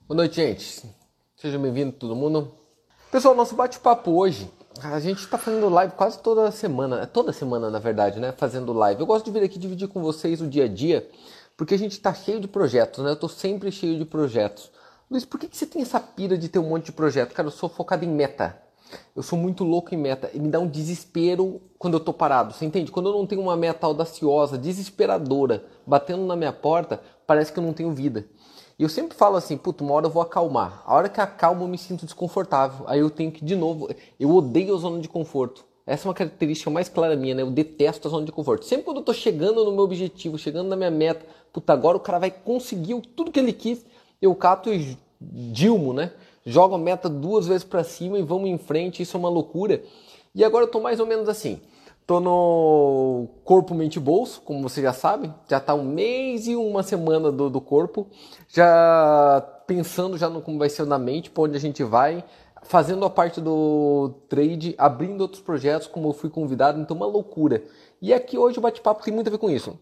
Boa noite, gente. Sejam bem-vindos todo mundo. Pessoal, nosso bate-papo hoje, a gente está fazendo live quase toda semana na verdade, né? Fazendo live. Eu gosto de vir aqui dividir com vocês o dia a dia, porque a gente está cheio de projetos, né? Eu estou sempre cheio de projetos. Luiz, por que você tem essa pira de ter um monte de projeto? Cara, eu sou focado em meta. Eu sou muito louco em meta e me dá um desespero quando eu tô parado, você entende? Quando eu não tenho uma meta audaciosa, desesperadora, batendo na minha porta, parece que eu não tenho vida. E eu sempre falo assim, puta, uma hora eu vou acalmar. A hora que acalmo eu me sinto desconfortável. Aí eu tenho que, de novo, eu odeio a zona de conforto. Essa é uma característica mais clara minha, né? Eu detesto a zona de conforto. Sempre quando eu tô chegando no meu objetivo, chegando na minha meta, puta, agora o cara vai conseguir tudo que ele quis, eu cato e dilmo, né? Jogo a meta 2 vezes pra cima e vamos em frente, isso é uma loucura. E agora eu tô mais ou menos assim. Tô no Corpo, Mente, Bolso, como você já sabe. Já tá 1 mês e 1 semana do corpo. Já pensando já no como vai ser na mente, pra onde a gente vai. Fazendo a parte do trade, abrindo outros projetos, como eu fui convidado. Então, uma loucura. E aqui hoje o bate-papo tem muito a ver com isso.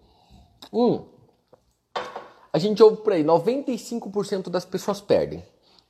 A gente ouve por aí, 95% das pessoas perdem.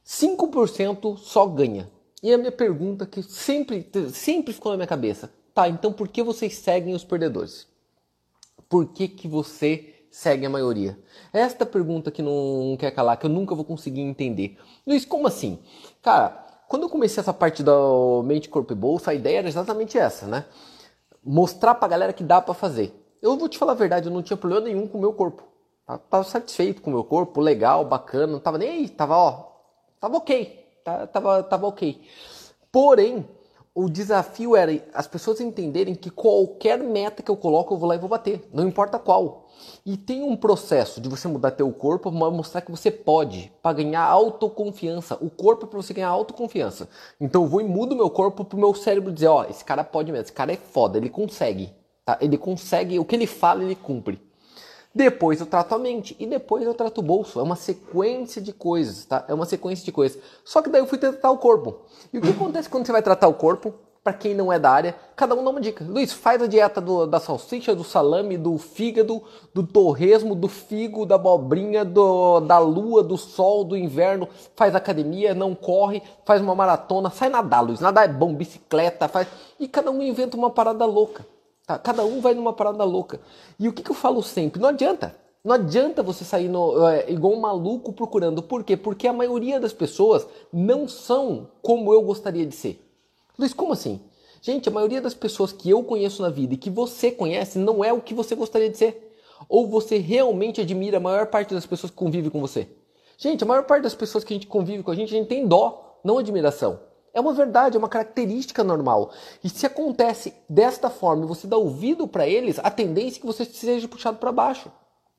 5% só ganha. E a minha pergunta que sempre ficou na minha cabeça. Tá, então por que vocês seguem os perdedores? Por que você segue a maioria? Esta pergunta que não quer calar, que eu nunca vou conseguir entender. Luiz, como assim? Cara, quando eu comecei essa parte da mente, corpo e bolsa, a ideia era exatamente essa, né? Mostrar pra galera que dá pra fazer. Eu vou te falar a verdade, eu não tinha problema nenhum com o meu corpo. Tava satisfeito com o meu corpo, legal, bacana, não tava nem aí, tava ok, tava ok. Porém, o desafio era as pessoas entenderem que qualquer meta que eu coloco, eu vou lá e vou bater, não importa qual. E tem um processo de você mudar teu corpo para mostrar que você pode, para ganhar autoconfiança. O corpo é para você ganhar autoconfiança. Então eu vou e mudo meu corpo pro meu cérebro dizer, ó, esse cara pode mesmo, esse cara é foda, ele consegue, tá? Ele consegue, o que ele fala, ele cumpre. Depois eu trato a mente e depois eu trato o bolso. É uma sequência de coisas, tá? É uma sequência de coisas. Só que daí eu fui tratar o corpo. E o que acontece quando você vai tratar o corpo? Pra quem não é da área, cada um dá uma dica. Luiz, faz a dieta da salsicha, do salame, do fígado, do torresmo, do figo, da abobrinha, da lua, do sol, do inverno. Faz academia, não corre, faz uma maratona, sai nadar, Luiz. Nadar é bom, bicicleta, faz... E cada um inventa uma parada louca. Tá? Cada um vai numa parada louca. E o que eu falo sempre? Não adianta. Não adianta você sair igual um maluco procurando. Por quê? Porque a maioria das pessoas não são como eu gostaria de ser. Luiz, como assim? Gente, a maioria das pessoas que eu conheço na vida e que você conhece não é o que você gostaria de ser. Ou você realmente admira a maior parte das pessoas que convivem com você. Gente, a maior parte das pessoas que a gente convive com a gente tem dó, não admiração. É uma verdade, é uma característica normal. E se acontece desta forma e você dá ouvido para eles, a tendência é que você seja puxado para baixo.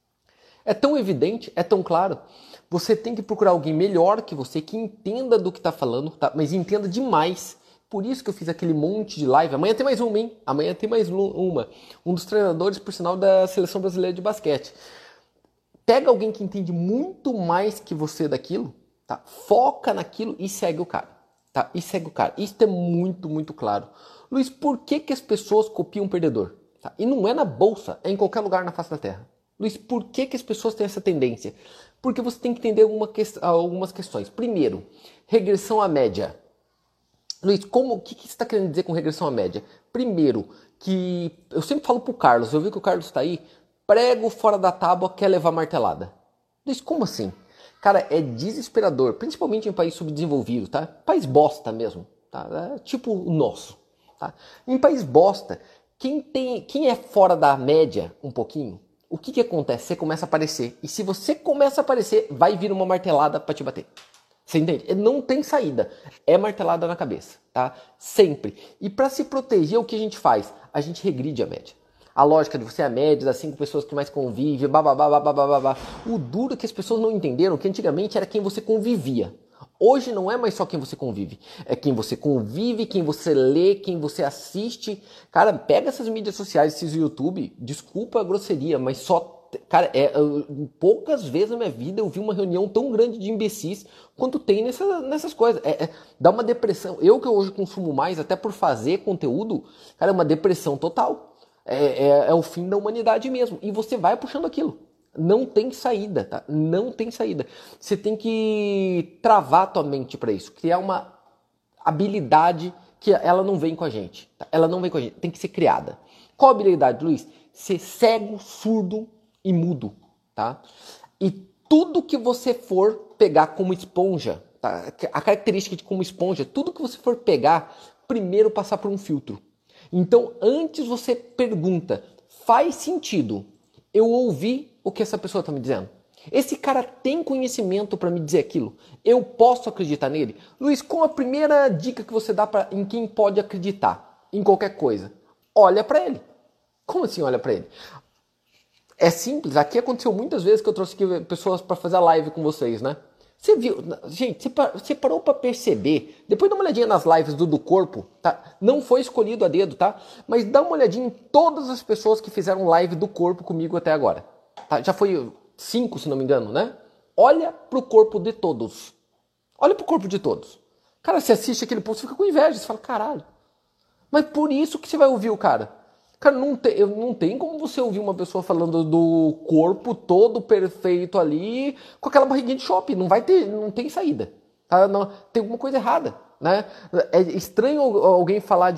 É tão evidente, é tão claro. Você tem que procurar alguém melhor que você, que entenda do que está falando, tá? Mas entenda demais. Por isso que eu fiz aquele monte de live. Amanhã tem mais uma, hein? Amanhã tem mais uma. Um dos treinadores, por sinal, da Seleção Brasileira de Basquete. Pega alguém que entende muito mais que você daquilo, tá? Foca naquilo e segue o cara. Tá? E segue o cara. Isso é muito, muito claro. Luiz, por que as pessoas copiam um perdedor? Tá? E não é na bolsa, é em qualquer lugar na face da terra. Luiz, por que as pessoas têm essa tendência? Porque você tem que entender algumas questões. Primeiro, regressão à média. Luiz, o que você está querendo dizer com regressão à média? Primeiro, que eu sempre falo pro Carlos, eu vi que o Carlos está aí, prego fora da tábua, quer levar martelada. Luiz, como assim? Cara, é desesperador, principalmente em país subdesenvolvido, tá? País bosta mesmo, tá? É tipo o nosso, tá? Em país bosta, quem é fora da média um pouquinho, o que acontece? Você começa a aparecer. E se você começa a aparecer, vai vir uma martelada pra te bater. Você entende? Não tem saída. É martelada na cabeça, tá? Sempre. E pra se proteger, o que a gente faz? A gente regride a média. A lógica de você é a média das 5 pessoas que mais convivem, babá. O duro é que as pessoas não entenderam que antigamente era quem você convivia. Hoje não é mais só quem você convive. É quem você convive, quem você lê, quem você assiste. Cara, pega essas mídias sociais, esses YouTube, desculpa a grosseria, mas só... Cara, poucas vezes na minha vida eu vi uma reunião tão grande de imbecis quanto tem nessas coisas. Dá uma depressão. Eu que hoje consumo mais, até por fazer conteúdo, cara, é uma depressão total. É o fim da humanidade mesmo. E você vai puxando aquilo. Não tem saída, tá? Não tem saída. Você tem que travar a tua mente para isso, criar uma habilidade que ela não vem com a gente, tá? Ela não vem com a gente, tem que ser criada. Qual a habilidade, Luiz? Ser cego, surdo e mudo, tá? E tudo que você for pegar como esponja, tá? A característica de como esponja, tudo que você for pegar, primeiro passar por um filtro. Então, antes você pergunta, faz sentido eu ouvi o que essa pessoa está me dizendo? Esse cara tem conhecimento para me dizer aquilo? Eu posso acreditar nele? Luiz, qual a primeira dica que você dá em quem pode acreditar em qualquer coisa? Olha para ele. Como assim olha para ele? É simples, aqui aconteceu muitas vezes que eu trouxe aqui pessoas para fazer a live com vocês, né? Você viu, gente, você parou para perceber, depois dá uma olhadinha nas lives do corpo, tá? Não foi escolhido a dedo, tá? Mas dá uma olhadinha em todas as pessoas que fizeram live do corpo comigo até agora. Tá? Já foi 5, se não me engano, né? Olha pro corpo de todos. Olha pro corpo de todos. Cara, você assiste aquele post, você fica com inveja, você fala, caralho. Mas por isso que você vai ouvir o cara. Cara, não tem como você ouvir uma pessoa falando do corpo todo perfeito ali com aquela barriguinha de shopping. Não tem saída. Tá? Não, tem alguma coisa errada, né? É estranho alguém falar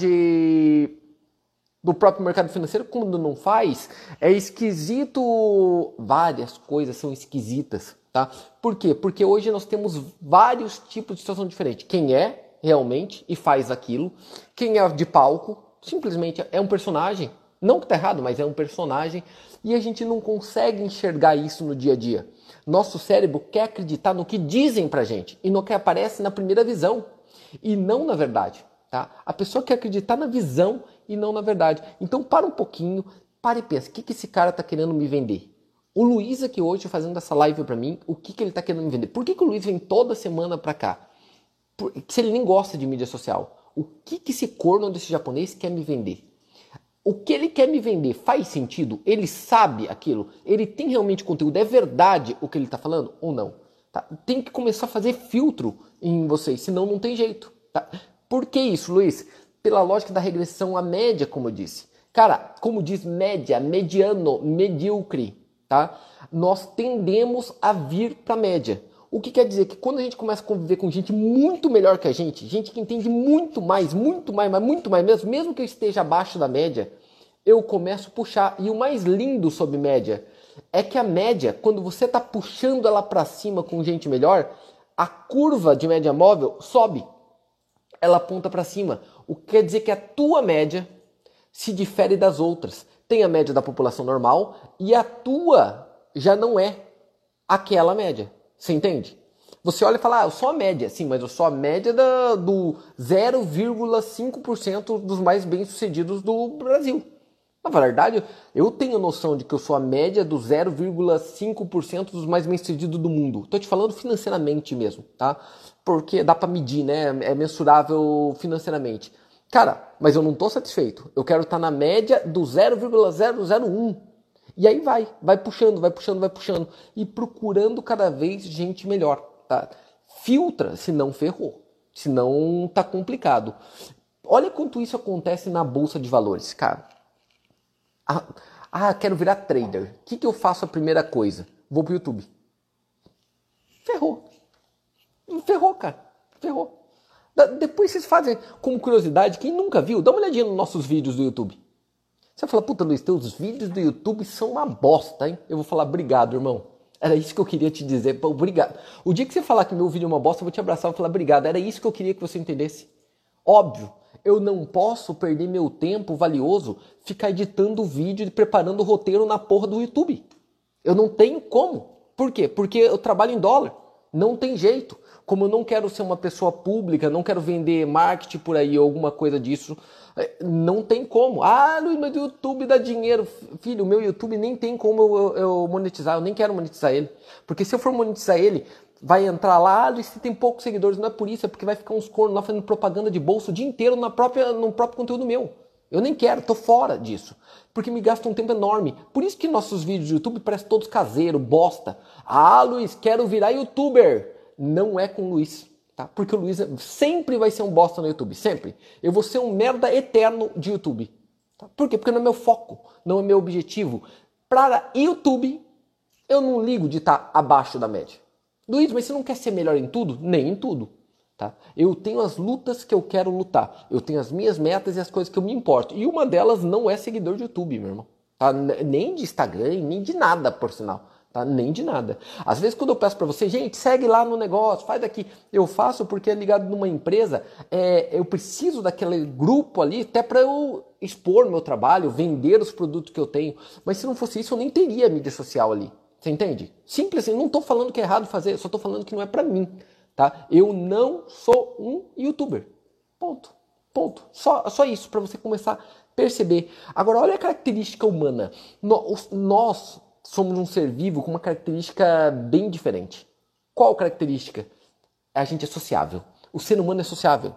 do próprio mercado financeiro quando não faz. É esquisito. Várias coisas são esquisitas, tá? Por quê? Porque hoje nós temos vários tipos de situação diferente. Quem é realmente e faz aquilo. Quem é de palco. Simplesmente é um personagem, não que tá errado, mas é um personagem, e a gente não consegue enxergar isso no dia a dia. Nosso cérebro quer acreditar no que dizem pra gente e no que aparece na primeira visão, e não na verdade, tá? A pessoa quer acreditar na visão e não na verdade. Então para um pouquinho, para e pensa, o que esse cara tá querendo me vender? O Luiz aqui hoje fazendo essa live pra mim, o que ele tá querendo me vender? Por que o Luiz vem toda semana pra cá? Se ele nem gosta de mídia social. O que esse corno desse japonês quer me vender? O que ele quer me vender faz sentido? Ele sabe aquilo? Ele tem realmente conteúdo? É verdade o que ele está falando ou não? Tá? Tem que começar a fazer filtro em vocês, senão não tem jeito. Tá? Por que isso, Luiz? Pela lógica da regressão à média, como eu disse. Cara, como diz média, mediano, medíocre, tá? Nós tendemos a vir para a média. O que quer dizer que quando a gente começa a conviver com gente muito melhor que a gente que entende muito mais, mas muito mais mesmo que eu esteja abaixo da média, eu começo a puxar. E o mais lindo sobre média é que a média, quando você está puxando ela para cima com gente melhor, a curva de média móvel sobe. Ela aponta para cima. O que quer dizer que a tua média se difere das outras. Tem a média da população normal e a tua já não é aquela média. Você entende? Você olha e fala, eu sou a média. Sim, mas eu sou a média do 0,5% dos mais bem-sucedidos do Brasil. Na verdade, eu tenho noção de que eu sou a média do 0,5% dos mais bem-sucedidos do mundo. Estou te falando financeiramente mesmo, tá? Porque dá para medir, né? É mensurável financeiramente. Cara, mas eu não estou satisfeito. Eu quero estar na média do 0,001. E aí vai puxando, e procurando cada vez gente melhor, tá? Filtra, senão ferrou, senão tá complicado. Olha quanto isso acontece na bolsa de valores, cara. Quero virar trader. O que eu faço a primeira coisa? Vou pro YouTube. Ferrou, cara, ferrou. Depois vocês fazem, como curiosidade, quem nunca viu, dá uma olhadinha nos nossos vídeos do YouTube. Você vai falar, puta Luiz, teus vídeos do YouTube são uma bosta, hein? Eu vou falar, obrigado, irmão. Era isso que eu queria te dizer, obrigado. O dia que você falar que meu vídeo é uma bosta, eu vou te abraçar e falar, obrigado. Era isso que eu queria que você entendesse. Óbvio, eu não posso perder meu tempo valioso ficar editando vídeo e preparando o roteiro na porra do YouTube. Eu não tenho como. Por quê? Porque eu trabalho em dólar. Não tem jeito. Como eu não quero ser uma pessoa pública, não quero vender marketing por aí ou alguma coisa disso, não tem como. Luiz, mas o YouTube dá dinheiro. Filho, o meu YouTube nem tem como eu monetizar. Eu nem quero monetizar ele. Porque se eu for monetizar ele, vai entrar lá, Luiz, você tem poucos seguidores. Não é por isso, é porque vai ficar uns cornos lá fazendo propaganda de bolsa o dia inteiro no próprio conteúdo meu. Eu nem quero, tô fora disso. Porque me gasta um tempo enorme. Por isso que nossos vídeos do YouTube parecem todos caseiros, bosta. Luiz, quero virar youtuber. Não é com o Luiz, tá? Porque o Luiz sempre vai ser um bosta no YouTube, sempre. Eu vou ser um merda eterno de YouTube. Tá? Por quê? Porque não é meu foco, não é meu objetivo. Para YouTube, Eu não ligo de estar abaixo da média. Luiz, mas você não quer ser melhor em tudo? Nem em tudo. Tá? Eu tenho as lutas que eu quero lutar. Eu tenho as minhas metas e as coisas que eu me importo. E uma delas não é seguidor de YouTube, meu irmão. Tá? Nem de Instagram, nem de nada, por sinal. Tá? Nem de nada. Às vezes quando eu peço pra você, gente, segue lá no negócio, faz daqui. Eu faço porque é ligado numa empresa, eu preciso daquele grupo ali até pra eu expor meu trabalho, vender os produtos que eu tenho. Mas se não fosse isso, eu nem teria mídia social ali. Você entende? Simples assim, não tô falando que é errado fazer, só tô falando que não é pra mim. Tá? Eu não sou um youtuber. Ponto. Ponto. Só isso, para você começar a perceber. Agora, olha a característica humana. Nós somos um ser vivo com uma característica bem diferente. Qual característica? A gente é sociável. O ser humano é sociável.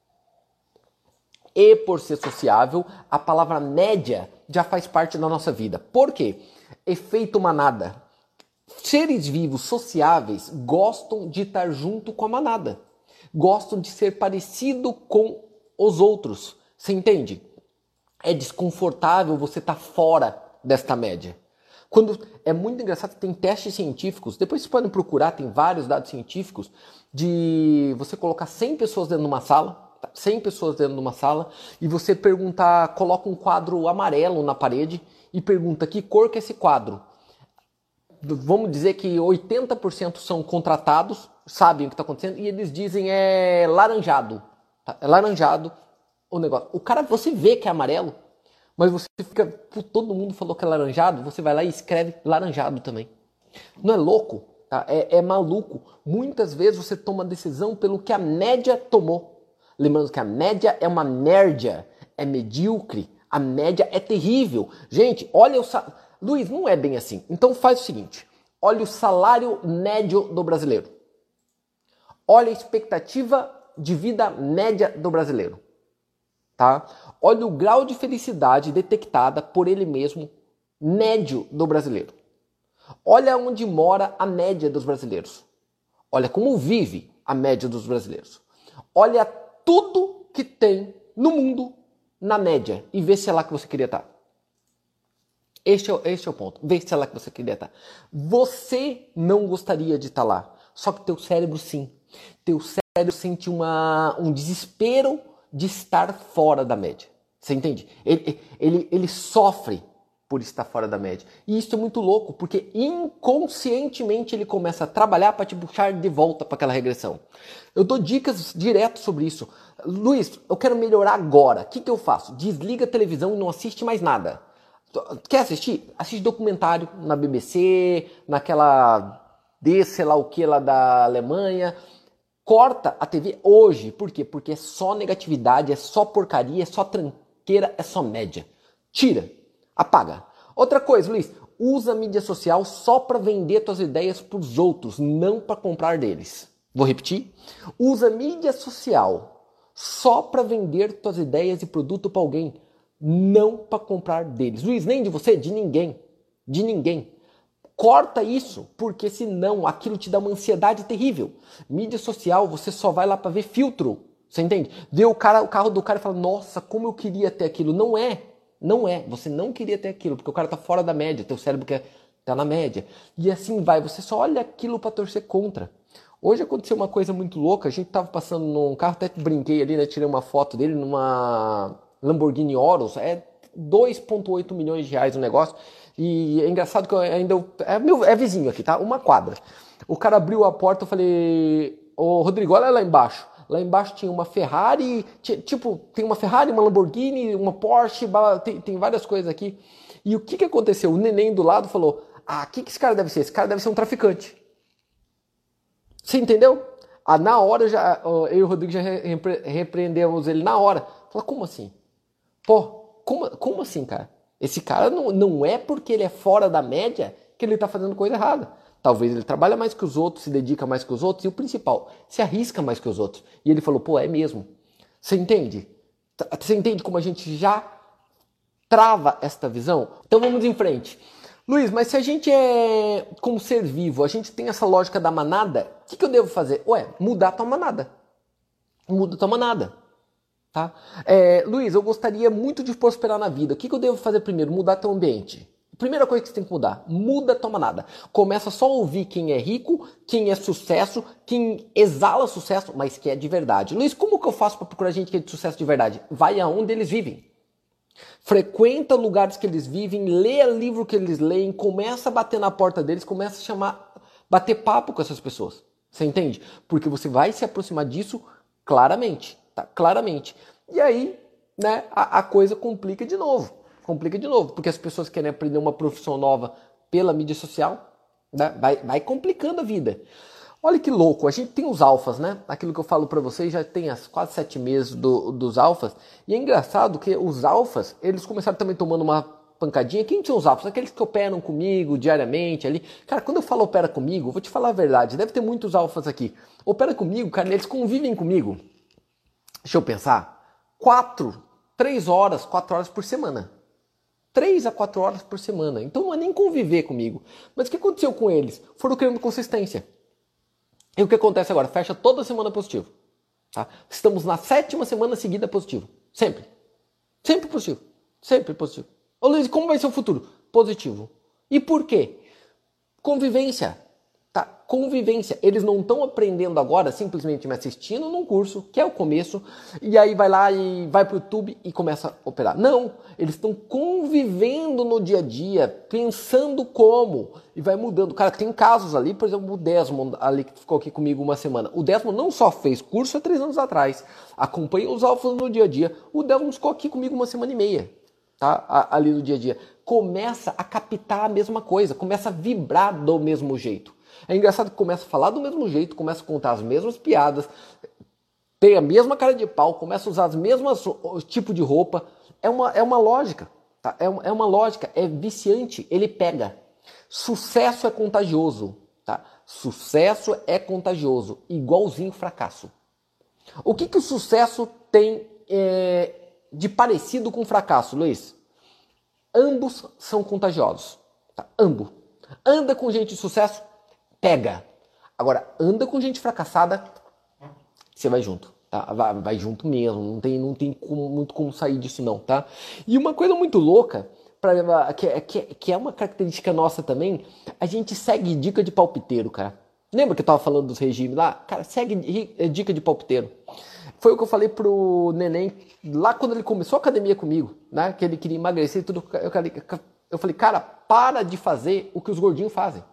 E por ser sociável, a palavra média já faz parte da nossa vida. Por quê? Efeito manada. Seres vivos sociáveis gostam de estar junto com a manada. Gostam de ser parecido com os outros. Você entende? É desconfortável você estar fora desta média. É muito engraçado, tem testes científicos, depois vocês podem procurar, tem vários dados científicos, de você colocar 100 pessoas dentro de uma sala, 100 pessoas dentro de uma sala, e você perguntar, coloca um quadro amarelo na parede e pergunta que cor que é esse quadro. Vamos dizer que 80% são contratados, sabem o que está acontecendo, e eles dizem é laranjado. Tá? É laranjado o negócio. O cara, você vê que é amarelo, mas você fica, todo mundo falou que é laranjado, você vai lá e escreve laranjado também. Não é louco? Tá? É maluco. Muitas vezes você toma decisão pelo que a média tomou. Lembrando que a média é uma nérdia, é medíocre, a média é terrível. Gente, olha o... Luiz, não é bem assim. Então faz o seguinte, olha o salário médio do brasileiro. Olha a expectativa de vida média do brasileiro. Tá? Olha o grau de felicidade detectada por ele mesmo, médio do brasileiro. Olha onde mora a média dos brasileiros. Olha como vive a média dos brasileiros. Olha tudo que tem no mundo na média e vê se é lá que você queria estar. Este é o ponto. Vê se é lá que você queria estar. Você não gostaria de estar lá. Só que teu cérebro sim. Teu cérebro sente um desespero de estar fora da média. Você entende? Ele sofre por estar fora da média. E isso é muito louco, porque inconscientemente ele começa a trabalhar para te puxar de volta para aquela regressão. Eu dou dicas direto sobre isso. Luiz, eu quero melhorar agora. O que eu faço? Desliga a televisão e não assiste mais nada. Quer assistir? Assiste documentário na BBC, naquela sei lá o que lá da Alemanha. Corta a TV hoje. Por quê? Porque é só negatividade, é só porcaria, é só tranqueira, é só média. Tira. Apaga. Outra coisa, Luiz, usa a mídia social só para vender tuas ideias para os outros, não para comprar deles. Vou repetir. Usa a mídia social só para vender tuas ideias e produto para alguém, não para comprar deles. Luiz, nem de você, de ninguém. De ninguém. Corta isso, porque senão aquilo te dá uma ansiedade terrível. Mídia social, você só vai lá para ver filtro. Você entende? Vê o carro do cara e fala, nossa, como eu queria ter aquilo. Não é. Não é. Você não queria ter aquilo, porque o cara tá fora da média, teu cérebro tá na média. E assim vai, você só olha aquilo para torcer contra. Hoje aconteceu uma coisa muito louca, a gente tava passando num carro, até brinquei ali, né, tirei uma foto dele numa Lamborghini Urus, é 2,8 milhões de reais o negócio. E é engraçado que eu ainda... É vizinho aqui, tá? Uma quadra. O cara abriu a porta, eu falei... Ô, Rodrigo, olha lá embaixo. Lá embaixo tinha uma Ferrari... tem uma Ferrari, uma Lamborghini, uma Porsche... Tem várias coisas aqui. E o que aconteceu? O neném do lado falou... Ah, o que esse cara deve ser? Esse cara deve ser um traficante. Você entendeu? Ah, na hora, eu e o Rodrigo já repreendemos ele na hora. Falei, como assim? Pô, como assim, cara? Esse cara não é porque ele é fora da média que ele está fazendo coisa errada. Talvez ele trabalha mais que os outros, se dedica mais que os outros e o principal, se arrisca mais que os outros. E ele falou, pô, é mesmo. Você entende? Você entende como a gente já trava esta visão? Então vamos em frente. Luiz, mas se a gente é como ser vivo, a gente tem essa lógica da manada, o que eu devo fazer? Ué, mudar a tua manada. Muda a tua manada. Tá? Luiz, eu gostaria muito de prosperar na vida. O que eu devo fazer primeiro? Mudar teu ambiente. Primeira coisa que você tem que mudar. Muda, toma nada. Começa só a ouvir quem é rico, quem é sucesso, quem exala sucesso, mas que é de verdade. Luiz, como que eu faço para procurar gente que é de sucesso de verdade? Vai aonde eles vivem. Frequenta lugares que eles vivem, lê livro que eles leem, começa a bater na porta deles, começa a chamar, bater papo com essas pessoas. Você entende? Porque você vai se aproximar disso claramente, tá? Claramente. E aí, né, a coisa complica de novo. Complica de novo, porque as pessoas querem aprender uma profissão nova pela mídia social, né? Vai complicando a vida. Olha que louco, a gente tem os alfas, né? Aquilo que eu falo pra vocês já tem quase 7 meses dos alfas. E é engraçado que os alfas, eles começaram também tomando uma pancadinha. Quem são os alfas? Aqueles que operam comigo diariamente ali. Cara, quando eu falo opera comigo, vou te falar a verdade, deve ter muitos alfas aqui. Opera comigo, cara, eles convivem comigo. Deixa eu pensar. 3 horas, 4 horas por semana. 3 a 4 horas por semana. Então não é nem conviver comigo. Mas o que aconteceu com eles? Foram criando consistência. E o que acontece agora? Fecha toda semana positivo. Tá? Estamos na 7ª semana seguida positivo. Sempre. Sempre positivo. Sempre positivo. Ô Luiz, como vai ser o futuro? Positivo. E por quê? Convivência. Tá? Convivência. Eles não estão aprendendo agora simplesmente me assistindo num curso, que é o começo, e aí vai lá e vai pro YouTube e começa a operar. Não, eles estão convivendo no dia a dia, pensando como, e vai mudando. Cara, tem casos ali, por exemplo, o Desmond ali que ficou aqui comigo uma semana. O Desmond não só fez curso há 3 anos atrás, acompanha os alfas no dia a dia, o Desmond ficou aqui comigo uma semana e meia. Tá? Ali no dia a dia. Começa a captar a mesma coisa, começa a vibrar do mesmo jeito. É engraçado que começa a falar do mesmo jeito, começa a contar as mesmas piadas, tem a mesma cara de pau, começa a usar as mesmas tipo de roupa. É uma lógica, tá? É uma lógica, é viciante, ele pega. Sucesso é contagioso, tá? Sucesso é contagioso, igualzinho fracasso. O que o sucesso tem de parecido com o fracasso, Luiz? Ambos são contagiosos, tá? Ambos. Anda com gente de sucesso, pega. Agora, anda com gente fracassada, você vai junto, tá? Vai junto mesmo, não tem muito como sair disso não, tá? E uma coisa muito louca, que é uma característica nossa também, a gente segue dica de palpiteiro, cara. Lembra que eu tava falando dos regimes lá? Cara, segue dica de palpiteiro. Foi o que eu falei pro neném lá quando ele começou a academia comigo, né? Que ele queria emagrecer e tudo. Eu falei, cara, para de fazer o que os gordinhos fazem.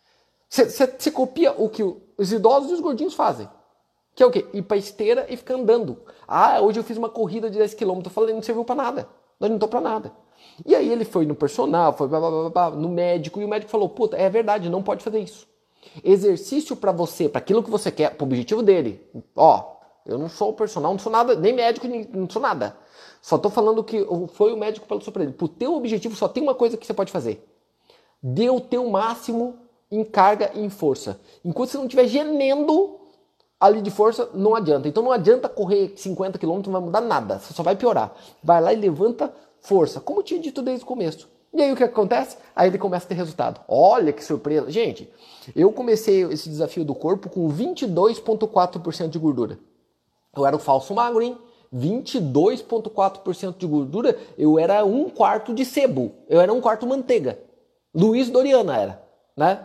Você copia o que os idosos e os gordinhos fazem. Que é o quê? Ir pra esteira e ficar andando. Ah, hoje eu fiz uma corrida de 10 km. Eu falei, não serviu pra nada. Não adiantou pra nada. E aí ele foi no personal, foi no médico, e o médico falou, puta, é verdade, não pode fazer isso. Exercício pra você, pra aquilo que você quer, pro objetivo dele. Ó, eu não sou personal, não sou nada, nem médico, não sou nada. Só tô falando que foi o médico que falou pra ele. Pro teu objetivo só tem uma coisa que você pode fazer. Dê o teu máximo em carga e em força. Enquanto você não estiver gemendo ali de força, não adianta. Então não adianta correr 50 km, não vai mudar nada. Você só vai piorar. Vai lá e levanta força. Como eu tinha dito desde o começo. E aí o que acontece? Aí ele começa a ter resultado. Olha que surpresa. Gente, eu comecei esse desafio do corpo com 22,4% de gordura. Eu era o falso magro, hein? 22,4% de gordura, eu era 1/4 de sebo. Eu era 1/4 manteiga. Luiz Doriana era. Né?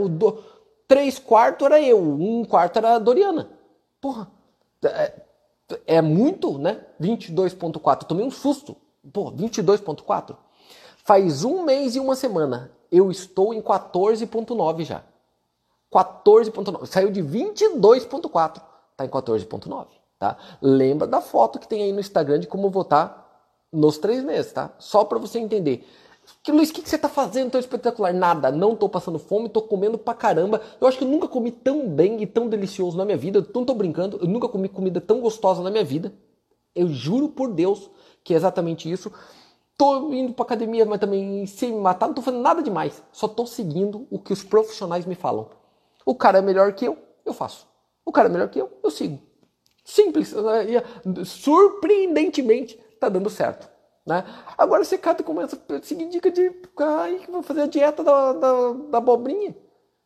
3/4 era eu, 1/4 era a Doriana. Porra, é muito, né? 22,4. Tomei um susto. Pô, 22,4. Faz 1 mês e 1 semana. Eu estou em 14,9 já. 14,9. Saiu de 22,4. Tá em 14,9. Tá? Lembra da foto que tem aí no Instagram de como votar nos 3 meses, tá? Só para você entender. Luiz, o que você tá fazendo tão espetacular? Nada, não tô passando fome, tô comendo pra caramba. Eu acho que eu nunca comi tão bem e tão delicioso na minha vida. Eu não tô brincando, eu nunca comi comida tão gostosa na minha vida. Eu juro por Deus que é exatamente isso. Tô indo pra academia, mas também sem me matar, não tô fazendo nada demais. Só tô seguindo o que os profissionais me falam. O cara é melhor que eu faço. O cara é melhor que eu sigo. Simples, surpreendentemente tá dando certo, né? Agora você cata e começa a seguir dica de vou fazer a dieta da abobrinha.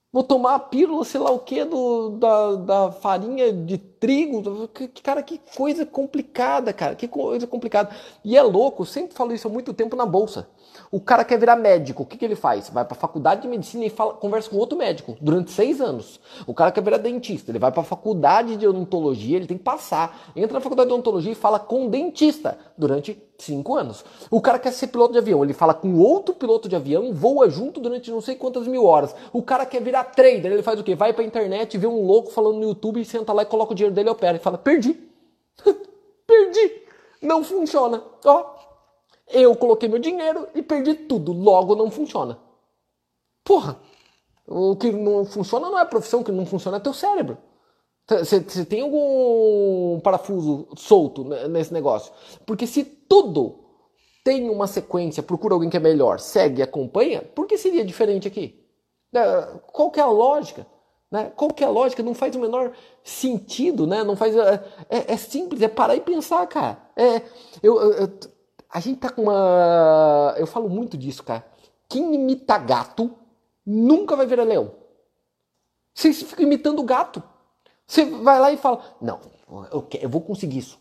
Vou tomar a pílula, sei lá o que, da farinha de trigo. Cara, que coisa complicada, cara. Que coisa complicada. E é louco, eu sempre falo isso há muito tempo na bolsa. O cara quer virar médico, o que ele faz? Vai pra faculdade de medicina e conversa com outro médico durante 6 anos. O cara quer virar dentista, ele vai pra faculdade de odontologia, ele tem que passar. Entra na faculdade de odontologia e fala com dentista durante 5 anos. O cara quer ser piloto de avião, ele fala com outro piloto de avião, voa junto durante não sei quantas mil horas. O cara quer virar trader, ele faz o quê? Vai pra internet, vê um louco falando no YouTube, senta lá e coloca o dinheiro dele e opera. E fala, perdi. Perdi. Não funciona. Ó, eu coloquei meu dinheiro e perdi tudo. Logo não funciona. Porra, o que não funciona não é a profissão, o que não funciona é teu cérebro. Você tem algum parafuso solto nesse negócio? Porque se tudo tem uma sequência, procura alguém que é melhor, segue e acompanha, por que seria diferente aqui? Qual que é a lógica? Né? Qual que é a lógica? Não faz o menor sentido, né? Não faz, é simples, é parar e pensar, cara. A gente tá com uma... Eu falo muito disso, cara. Quem imita gato nunca vai virar leão. Vocês ficam imitando gato. Você vai lá e fala, não, eu vou conseguir isso.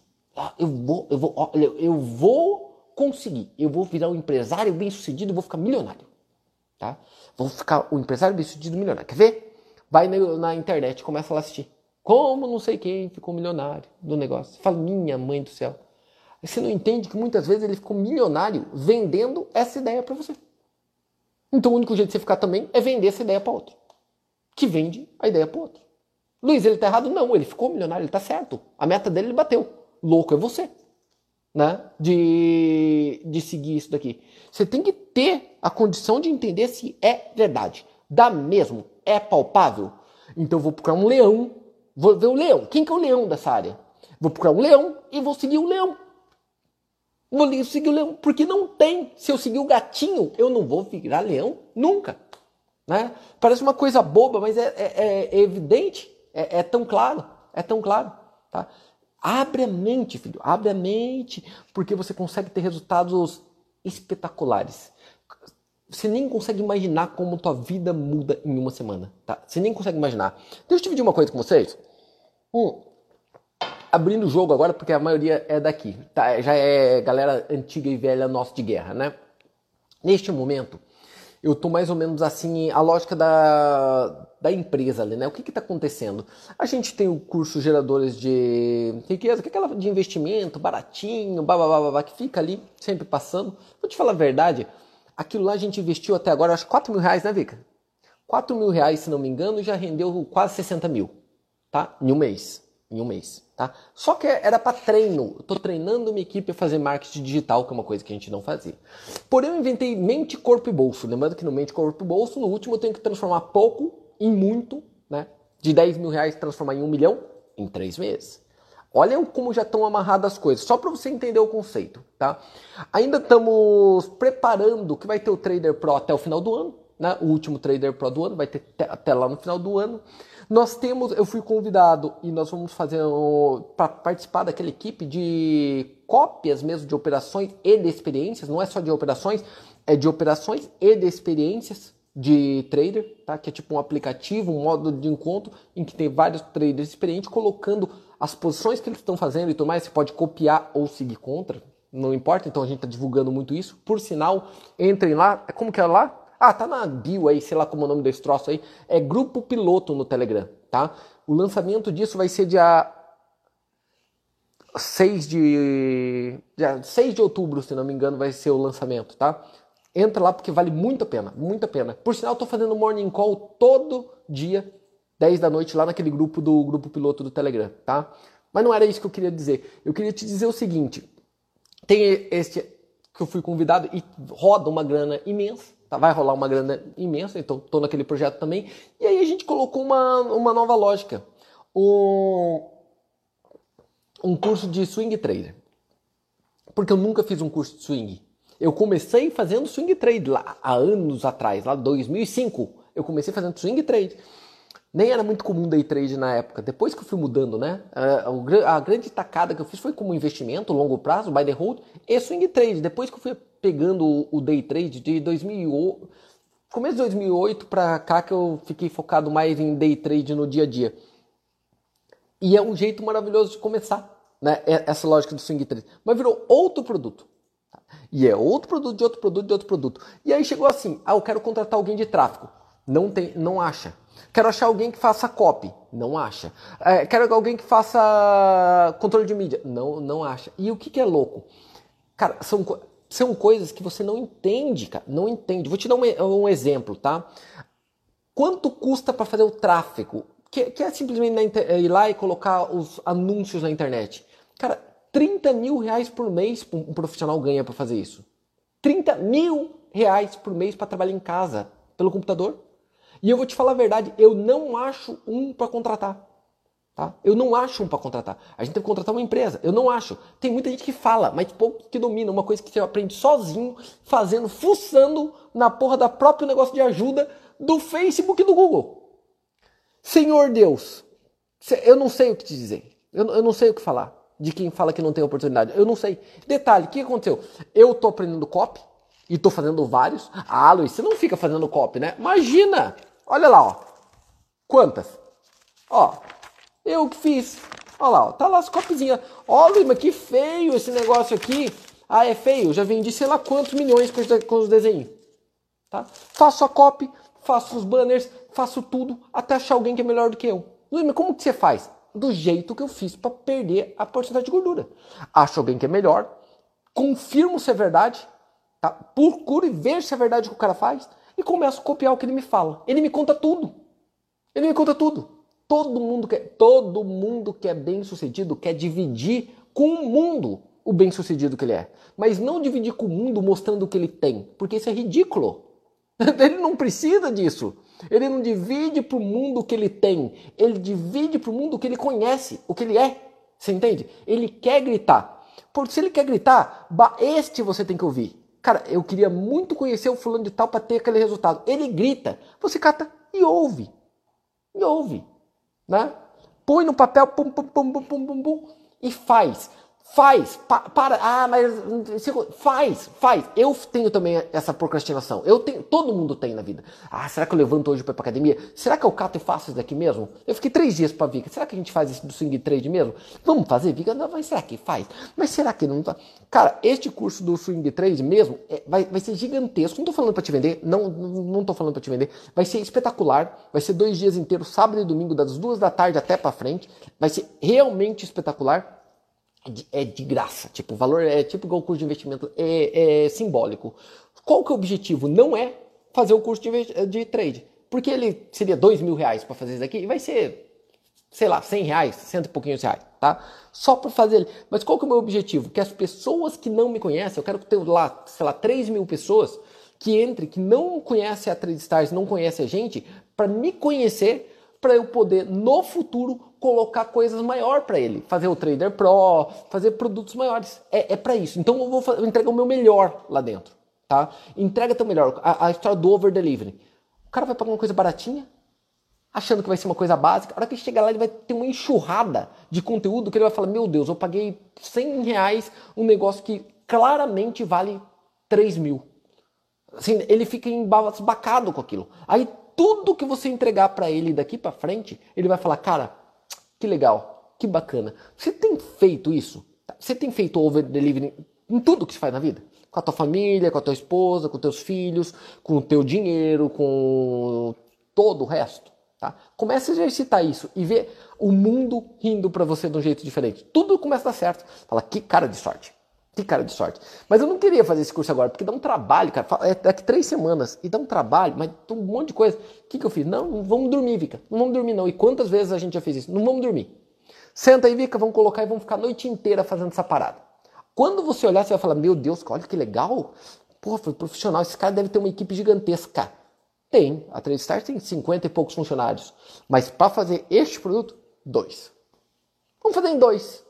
Eu vou conseguir. Eu vou virar um empresário bem-sucedido, eu vou ficar milionário. Tá? Vou ficar um empresário bem-sucedido milionário. Quer ver? Vai na internet e começa lá a assistir. Como não sei quem ficou milionário do negócio. Você fala, minha mãe do céu. Você não entende que muitas vezes ele ficou milionário vendendo essa ideia para você. Então o único jeito de você ficar também é vender essa ideia para outro. Que vende a ideia para outro. Luiz, ele tá errado? Não, ele ficou milionário, ele tá certo. A meta dele ele bateu. Louco é você. Né? De seguir isso daqui. Você tem que ter a condição de entender se é verdade. Dá mesmo? É palpável? Então eu vou procurar um leão. Vou ver o leão. Quem que é o leão dessa área? Vou procurar um leão e vou seguir o leão. Vou seguir o leão. Porque não tem. Se eu seguir o gatinho, eu não vou virar leão nunca. Né? Parece uma coisa boba, mas é evidente. É tão claro. É tão claro. Tá? Abre a mente, filho. Abre a mente. Porque você consegue ter resultados espetaculares. Você nem consegue imaginar como tua vida muda em uma semana. Tá? Você nem consegue imaginar. Deixa eu dividir uma coisa com vocês. Abrindo o jogo agora, porque a maioria é daqui. Tá? Já é galera antiga e velha nossa de guerra, né? Neste momento, eu tô mais ou menos assim, a lógica da empresa ali, né? O que tá acontecendo? A gente tem o curso Geradores de Riqueza, que é aquela de investimento, baratinho, babá, que fica ali, sempre passando. Vou te falar a verdade, aquilo lá a gente investiu até agora, acho 4 mil reais, né, Vika? 4 mil reais, se não me engano, já rendeu quase 60 mil, tá? Em um mês. Tá? Só que era para treino. Eu tô treinando minha equipe a fazer marketing digital, que é uma coisa que a gente não fazia. Porém, eu inventei mente, corpo e bolso. Lembrando que no mente, corpo e bolso, no último eu tenho que transformar pouco em muito, né? De 10 mil reais transformar em 1 milhão em 3 meses. Olha como já estão amarradas as coisas, só para você entender o conceito, tá? Ainda estamos preparando que vai ter o Trader Pro até o final do ano, né? O último Trader Pro do ano vai ter até lá no final do ano. Eu fui convidado e nós vamos fazer para participar daquela equipe de cópias mesmo de operações e de experiências, não é só de operações, é de operações e de experiências de trader, tá? Que é tipo um aplicativo, um modo de encontro em que tem vários traders experientes colocando as posições que eles estão fazendo e tudo mais. Você pode copiar ou seguir contra, não importa, então a gente está divulgando muito isso. Por sinal, entrem lá, como que é lá? Ah, tá na bio aí, sei lá como é o nome desse troço aí. É Grupo Piloto no Telegram, tá? O lançamento disso vai ser dia 6 de outubro, se não me engano, vai ser o lançamento, tá? Entra lá porque vale muito a pena, muito a pena. Por sinal, eu tô fazendo morning call todo dia, 10 da noite, lá naquele grupo do Grupo Piloto do Telegram, tá? Mas não era isso que eu queria dizer. Eu queria te dizer o seguinte, tem este que eu fui convidado e roda uma grana imensa, tá? Vai rolar uma grana imensa, então estou naquele projeto também. E aí a gente colocou uma nova lógica. Um curso de swing trader. Porque eu nunca fiz um curso de swing. Eu comecei fazendo swing trade lá há anos atrás, lá em 2005. Eu comecei fazendo swing trade. Nem era muito comum day trade na época. Depois que eu fui mudando, né? A grande tacada que eu fiz foi como investimento, longo prazo, buy the hold e swing trade. Depois que eu fui pegando o day trade de 2008, começo de 2008 para cá que eu fiquei focado mais em day trade no dia a dia. E é um jeito maravilhoso de começar, né? Essa lógica do swing trade. Mas virou outro produto. E é outro produto, de outro produto, de outro produto. E aí chegou assim, eu quero contratar alguém de tráfego. Não acha. Quero achar alguém que faça copy. Não acha. Quero alguém que faça controle de mídia. Não acha. E o que é louco? Cara, são coisas que você não entende, cara. Não entende. Vou te dar um exemplo, tá? Quanto custa para fazer o tráfego? Que é simplesmente ir lá e colocar os anúncios na internet. Cara, 30 mil reais por mês um profissional ganha para fazer isso. 30 mil reais por mês para trabalhar em casa, pelo computador. E eu vou te falar a verdade, eu não acho um para contratar. Tá? Eu não acho um para contratar. A gente tem que contratar uma empresa. Eu não acho. Tem muita gente que fala, mas pouco que domina. Uma coisa que você aprende sozinho, fazendo, fuçando na porra da próprio negócio de ajuda do Facebook e do Google. Senhor Deus, eu não sei o que te dizer. Eu não sei o que falar de quem fala que não tem oportunidade. Eu não sei. Detalhe, o que aconteceu? Eu tô aprendendo copy e tô fazendo vários. Ah, Luiz, você não fica fazendo copy, né? Imagina! Olha lá, ó. Quantas? Ó, eu que fiz. Olha lá, ó. Tá lá as copyzinhas. Ó, Luiz, mas que feio esse negócio aqui. Ah, é feio? Já vendi sei lá quantos milhões com os desenhos. Tá? Faço a copy, faço os banners, faço tudo até achar alguém que é melhor do que eu. Luiz, mas como que você faz? Do jeito que eu fiz para perder a porcentagem de gordura. Acho alguém que é melhor, confirmo se é verdade, tá? Procuro e vejo se é verdade o que o cara faz e começo a copiar o que ele me fala. Ele me conta tudo. Ele me conta tudo. Todo mundo que é bem sucedido quer dividir com o mundo o bem sucedido que ele é. Mas não dividir com o mundo mostrando o que ele tem, porque isso é ridículo. Ele não precisa disso. Ele não divide para o mundo o que ele tem. Ele divide para o mundo o que ele conhece, o que ele é. Você entende? Ele quer gritar. Porque se ele quer gritar, este você tem que ouvir. Cara, eu queria muito conhecer o fulano de tal para ter aquele resultado. Ele grita, você cata e ouve. E ouve. Né? Põe no papel, pum, pum, pum, pum, pum, pum, pum, e faz. Faz. Eu tenho também essa procrastinação. Todo mundo tem na vida. Ah, será que eu levanto hoje para ir pra academia? Será que eu cato e faço isso daqui mesmo? Eu fiquei 3 dias pra Vika. Será que a gente faz isso do swing trade mesmo? Vamos fazer, Vika? Não, mas será que faz? Mas será que não tá? Cara, este curso do swing trade mesmo vai ser gigantesco. Não tô falando pra te vender. Não tô falando pra te vender. Vai ser espetacular. Vai ser 2 dias inteiros, sábado e domingo, das 2 da tarde até pra frente. Vai ser realmente espetacular. É de graça, tipo, o valor é tipo igual o curso de investimento, é simbólico. Qual que é o objetivo? Não é fazer o curso de trade, porque ele seria 2 mil reais para fazer isso aqui, e vai ser, sei lá, 100 reais, cento e pouquinhos reais, tá? Só para fazer ele. Mas qual que é o meu objetivo? Que as pessoas que não me conhecem, eu quero ter lá, sei lá, 3 mil pessoas que não conhecem a TradeStars, não conhecem a gente, para me conhecer, para eu poder, no futuro, colocar coisas maiores para ele. Fazer o Trader Pro, fazer produtos maiores. É para isso. Então eu vou entregar o meu melhor lá dentro. Tá? Entrega teu melhor. A história do over delivery. O cara vai pagar uma coisa baratinha, achando que vai ser uma coisa básica. A hora que ele chegar lá, ele vai ter uma enxurrada de conteúdo que ele vai falar, meu Deus, eu paguei 100 reais um negócio que claramente vale 3 mil. Assim, ele fica embasbacado com aquilo. Aí tudo que você entregar para ele daqui para frente, ele vai falar, cara, que legal, que bacana. Você tem feito isso? Você tem feito over delivery em tudo que você faz na vida? Com a tua família, com a tua esposa, com teus filhos, com o teu dinheiro, com todo o resto. Tá? Comece a exercitar isso e ver o mundo rindo para você de um jeito diferente. Tudo começa a dar certo. Fala, que cara de sorte. Que cara de sorte. Mas eu não queria fazer esse curso agora, porque dá um trabalho, cara. É daqui 3 semanas. E dá um trabalho, mas um monte de coisa. O que eu fiz? Não vamos dormir, Vika. Não vamos dormir, não. E quantas vezes a gente já fez isso? Não vamos dormir. Senta aí, Vika, vamos colocar e vamos ficar a noite inteira fazendo essa parada. Quando você olhar, você vai falar, meu Deus, olha que legal. Pô, foi profissional. Esse cara deve ter uma equipe gigantesca. Tem. A TradeStars tem 50 e poucos funcionários. Mas para fazer este produto, 2. Vamos fazer em 2.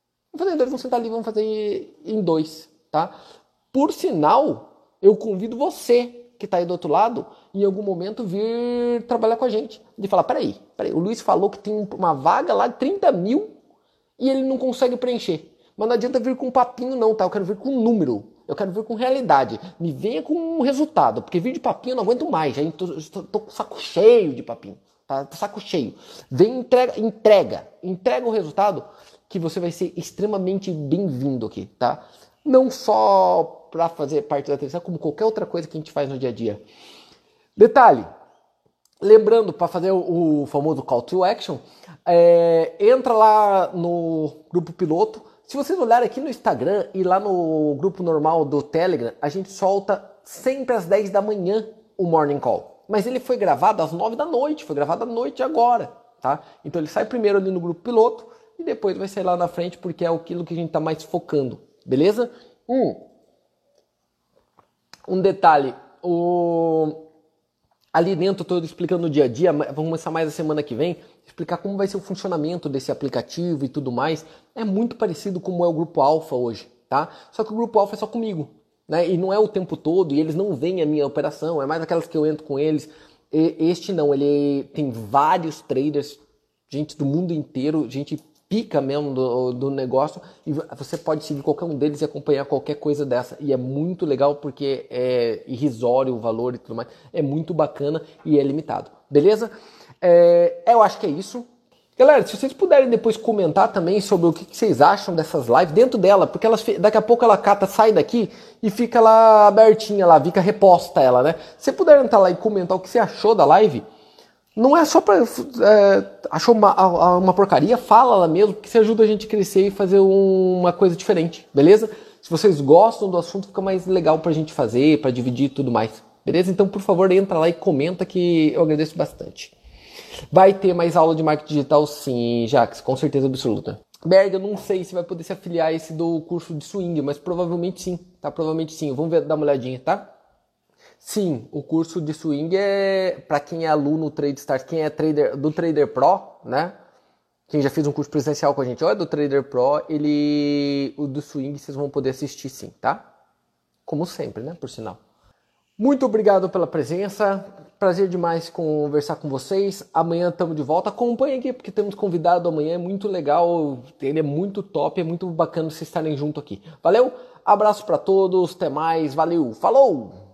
Vamos sentar ali, vamos fazer em 2, tá? Por sinal, eu convido você que está aí do outro lado, em algum momento vir trabalhar com a gente. De falar, peraí, o Luiz falou que tem uma vaga lá de 30 mil e ele não consegue preencher. Mas não adianta vir com um papinho não, tá? Eu quero vir com um número. Eu quero ver com realidade. Me venha com um resultado, porque vídeo de papinho eu não aguento mais. Já tô com o saco cheio de papinho. Tá? Tô saco cheio. Vem, entrega o resultado que você vai ser extremamente bem-vindo aqui, tá? Não só para fazer parte da atenção, como qualquer outra coisa que a gente faz no dia a dia. Detalhe, lembrando, para fazer o famoso call to action, entra lá no grupo piloto. Se vocês olharem aqui no Instagram e lá no grupo normal do Telegram, a gente solta sempre às 10 da manhã o Morning Call. Mas ele foi gravado às 9 da noite, foi gravado à noite agora, tá? Então ele sai primeiro ali no grupo piloto e depois vai sair lá na frente porque é aquilo que a gente está mais focando, beleza? Um detalhe, ali dentro eu estou explicando o dia a dia, vamos começar mais a semana que vem, explicar como vai ser o funcionamento desse aplicativo e tudo mais. É muito parecido como é o Grupo Alpha hoje, tá? Só que o Grupo Alpha é só comigo, né? E não é o tempo todo, e eles não veem a minha operação, é mais aquelas que eu entro com eles. Este não, ele tem vários traders, gente do mundo inteiro, gente pica mesmo do negócio, e você pode seguir qualquer um deles e acompanhar qualquer coisa dessa. E é muito legal porque é irrisório o valor e tudo mais. É muito bacana e é limitado. Beleza? Eu acho que é isso. Galera, se vocês puderem depois comentar também sobre o que vocês acham dessas lives dentro dela, porque daqui a pouco ela sai daqui e fica lá abertinha lá, fica reposta ela, né? Se puderem entrar lá e comentar o que você achou da live, não é só pra... achou uma porcaria, fala lá mesmo, que isso ajuda a gente a crescer e fazer uma coisa diferente, beleza? Se vocês gostam do assunto, fica mais legal pra gente fazer, pra dividir e tudo mais, beleza? Então, por favor, entra lá e comenta que eu agradeço bastante. Vai ter mais aula de marketing digital? Sim, Jax, com certeza absoluta. Berg, eu não sei se vai poder se afiliar a esse do curso de swing, mas provavelmente sim, tá? Provavelmente sim, vamos dar uma olhadinha, tá? Sim, o curso de swing é para quem é aluno TradeStars, quem é trader do Trader Pro, né? Quem já fez um curso presencial com a gente, ou é do Trader Pro, o do swing vocês vão poder assistir sim, tá? Como sempre, né? Por sinal. Muito obrigado pela presença, prazer demais conversar com vocês. Amanhã estamos de volta, acompanhe aqui porque temos convidado amanhã, é muito legal, ele é muito top, é muito bacana vocês estarem junto aqui. Valeu, abraço para todos, até mais, valeu, falou!